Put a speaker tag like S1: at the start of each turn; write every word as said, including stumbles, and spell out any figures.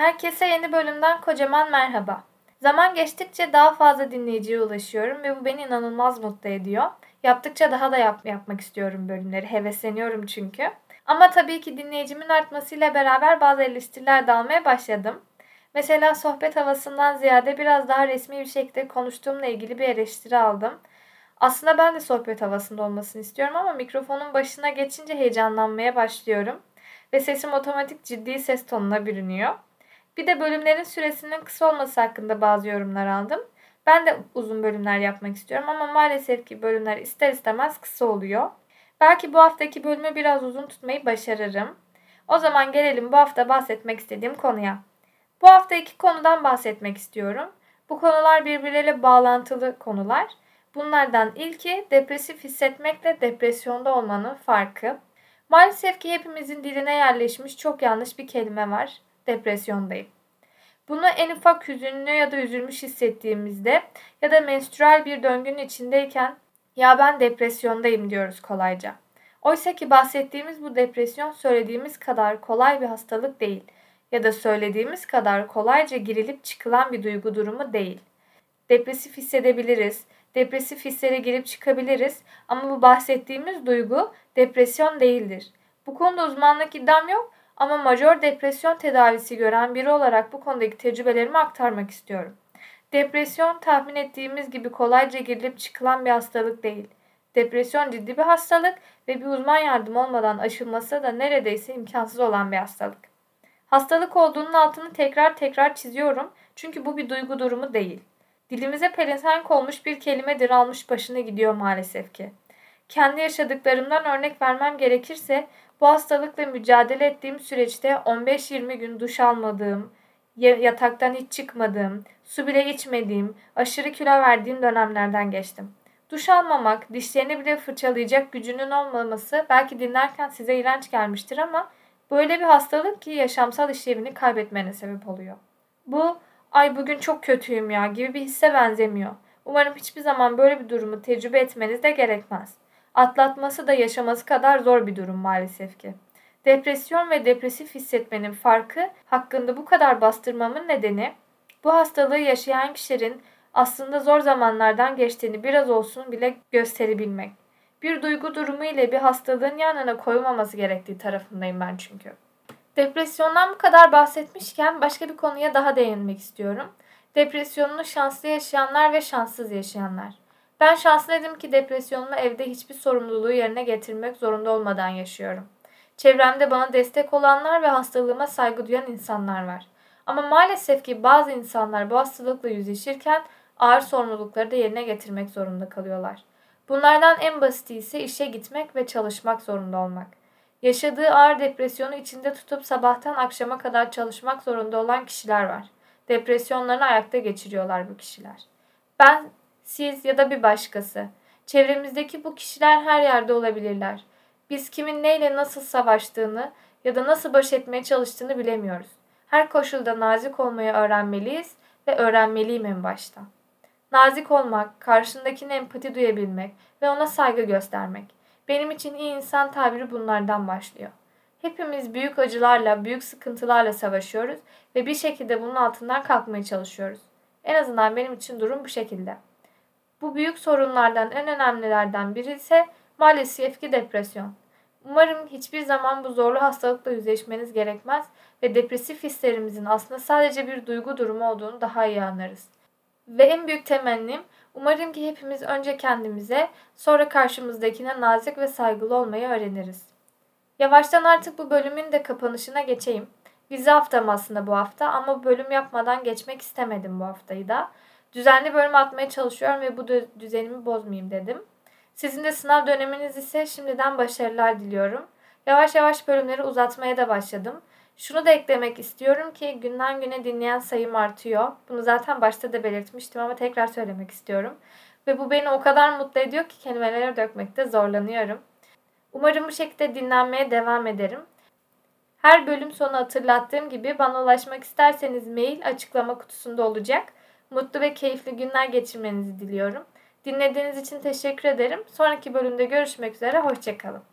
S1: Herkese yeni bölümden kocaman merhaba. Zaman geçtikçe daha fazla dinleyiciye ulaşıyorum ve bu beni inanılmaz mutlu ediyor. Yaptıkça daha da yap- yapmak istiyorum bölümleri, hevesleniyorum çünkü. Ama tabii ki dinleyicimin artmasıyla beraber bazı eleştiriler de almaya başladım. Mesela sohbet havasından ziyade biraz daha resmi bir şekilde konuştuğumla ilgili bir eleştiri aldım. Aslında ben de sohbet havasında olmasını istiyorum ama mikrofonun başına geçince heyecanlanmaya başlıyorum ve sesim otomatik ciddi ses tonuna bürünüyor. Bir de bölümlerin süresinin kısa olması hakkında bazı yorumlar aldım. Ben de uzun bölümler yapmak istiyorum ama maalesef ki bölümler ister istemez kısa oluyor. Belki bu haftaki bölümü biraz uzun tutmayı başarırım. O zaman gelelim bu hafta bahsetmek istediğim konuya. Bu hafta iki konudan bahsetmek istiyorum. Bu konular birbirleriyle bağlantılı konular. Bunlardan ilki depresif hissetmekle depresyonda olmanın farkı. Maalesef ki hepimizin diline yerleşmiş çok yanlış bir kelime var. Depresyondayım. Bunu en ufak hüzünlü ya da üzülmüş hissettiğimizde ya da menstrüel bir döngünün içindeyken ya ben depresyondayım diyoruz kolayca. Oysa ki bahsettiğimiz bu depresyon söylediğimiz kadar kolay bir hastalık değil ya da söylediğimiz kadar kolayca girilip çıkılan bir duygu durumu değil. Depresif hissedebiliriz, depresif hislere girip çıkabiliriz ama bu bahsettiğimiz duygu depresyon değildir. Bu konuda uzmanlık iddiam yok ama majör depresyon tedavisi gören biri olarak bu konudaki tecrübelerimi aktarmak istiyorum. Depresyon tahmin ettiğimiz gibi kolayca girilip çıkılan bir hastalık değil. Depresyon ciddi bir hastalık ve bir uzman yardım olmadan aşılması da neredeyse imkansız olan bir hastalık. Hastalık olduğunun altını tekrar tekrar çiziyorum çünkü bu bir duygu durumu değil. Dilimize pelesenk olmuş bir kelimedir almış başına gidiyor maalesef ki. Kendi yaşadıklarımdan örnek vermem gerekirse bu hastalıkla mücadele ettiğim süreçte on beş yirmi gün duş almadığım, yataktan hiç çıkmadığım, su bile içmediğim, aşırı kilo verdiğim dönemlerden geçtim. Duş almamak, dişlerini bile fırçalayacak gücünün olmaması belki dinlerken size iğrenç gelmiştir ama böyle bir hastalık ki yaşamsal işlevini kaybetmene sebep oluyor. Bu ay bugün çok kötüyüm ya gibi bir hisse benzemiyor. Umarım hiçbir zaman böyle bir durumu tecrübe etmeniz de gerekmez. Atlatması da yaşaması kadar zor bir durum maalesef ki. Depresyon ve depresif hissetmenin farkı hakkında bu kadar bastırmamın nedeni bu hastalığı yaşayan kişilerin aslında zor zamanlardan geçtiğini biraz olsun bile gösterebilmek. Bir duygu durumu ile bir hastalığın yanına koyulmaması gerektiği tarafındayım ben çünkü. Depresyondan bu kadar bahsetmişken başka bir konuya daha değinmek istiyorum. Depresyonunu şanslı yaşayanlar ve şanssız yaşayanlar. Ben şanslıydım ki depresyonumu evde hiçbir sorumluluğu yerine getirmek zorunda olmadan yaşıyorum. Çevremde bana destek olanlar ve hastalığıma saygı duyan insanlar var. Ama maalesef ki bazı insanlar bu hastalıkla yüzleşirken ağır sorumlulukları da yerine getirmek zorunda kalıyorlar. Bunlardan en basiti ise işe gitmek ve çalışmak zorunda olmak. Yaşadığı ağır depresyonu içinde tutup sabahtan akşama kadar çalışmak zorunda olan kişiler var. Depresyonlarını ayakta geçiriyorlar bu kişiler. Ben, siz ya da bir başkası. Çevremizdeki bu kişiler her yerde olabilirler. Biz kimin neyle nasıl savaştığını ya da nasıl baş etmeye çalıştığını bilemiyoruz. Her koşulda nazik olmayı öğrenmeliyiz ve öğrenmeliyim en başta. Nazik olmak, karşındakine empati duyabilmek ve ona saygı göstermek. Benim için iyi insan tabiri bunlardan başlıyor. Hepimiz büyük acılarla, büyük sıkıntılarla savaşıyoruz ve bir şekilde bunun altından kalkmaya çalışıyoruz. En azından benim için durum bu şekilde. Bu büyük sorunlardan en önemlilerden biri ise maalesef ki depresyon. Umarım hiçbir zaman bu zorlu hastalıkla yüzleşmeniz gerekmez ve depresif hislerimizin aslında sadece bir duygu durumu olduğunu daha iyi anlarız. Ve en büyük temennim umarım ki hepimiz önce kendimize sonra karşımızdakine nazik ve saygılı olmayı öğreniriz. Yavaştan artık bu bölümün de kapanışına geçeyim. Vize haftam aslında bu hafta ama bölüm yapmadan geçmek istemedim bu haftayı da. Düzenli bölüm atmaya çalışıyorum ve bu düzenimi bozmayayım dedim. Sizin de sınav döneminiz ise şimdiden başarılar diliyorum. Yavaş yavaş bölümleri uzatmaya da başladım. Şunu da eklemek istiyorum ki günden güne dinleyen sayım artıyor. Bunu zaten başta da belirtmiştim ama tekrar söylemek istiyorum. Ve bu beni o kadar mutlu ediyor ki kelimelere dökmekte zorlanıyorum. Umarım bu şekilde dinlenmeye devam ederim. Her bölüm sonu hatırlattığım gibi bana ulaşmak isterseniz mail açıklama kutusunda olacak. Mutlu ve keyifli günler geçirmenizi diliyorum. Dinlediğiniz için teşekkür ederim. Sonraki bölümde görüşmek üzere. Hoşça kalın.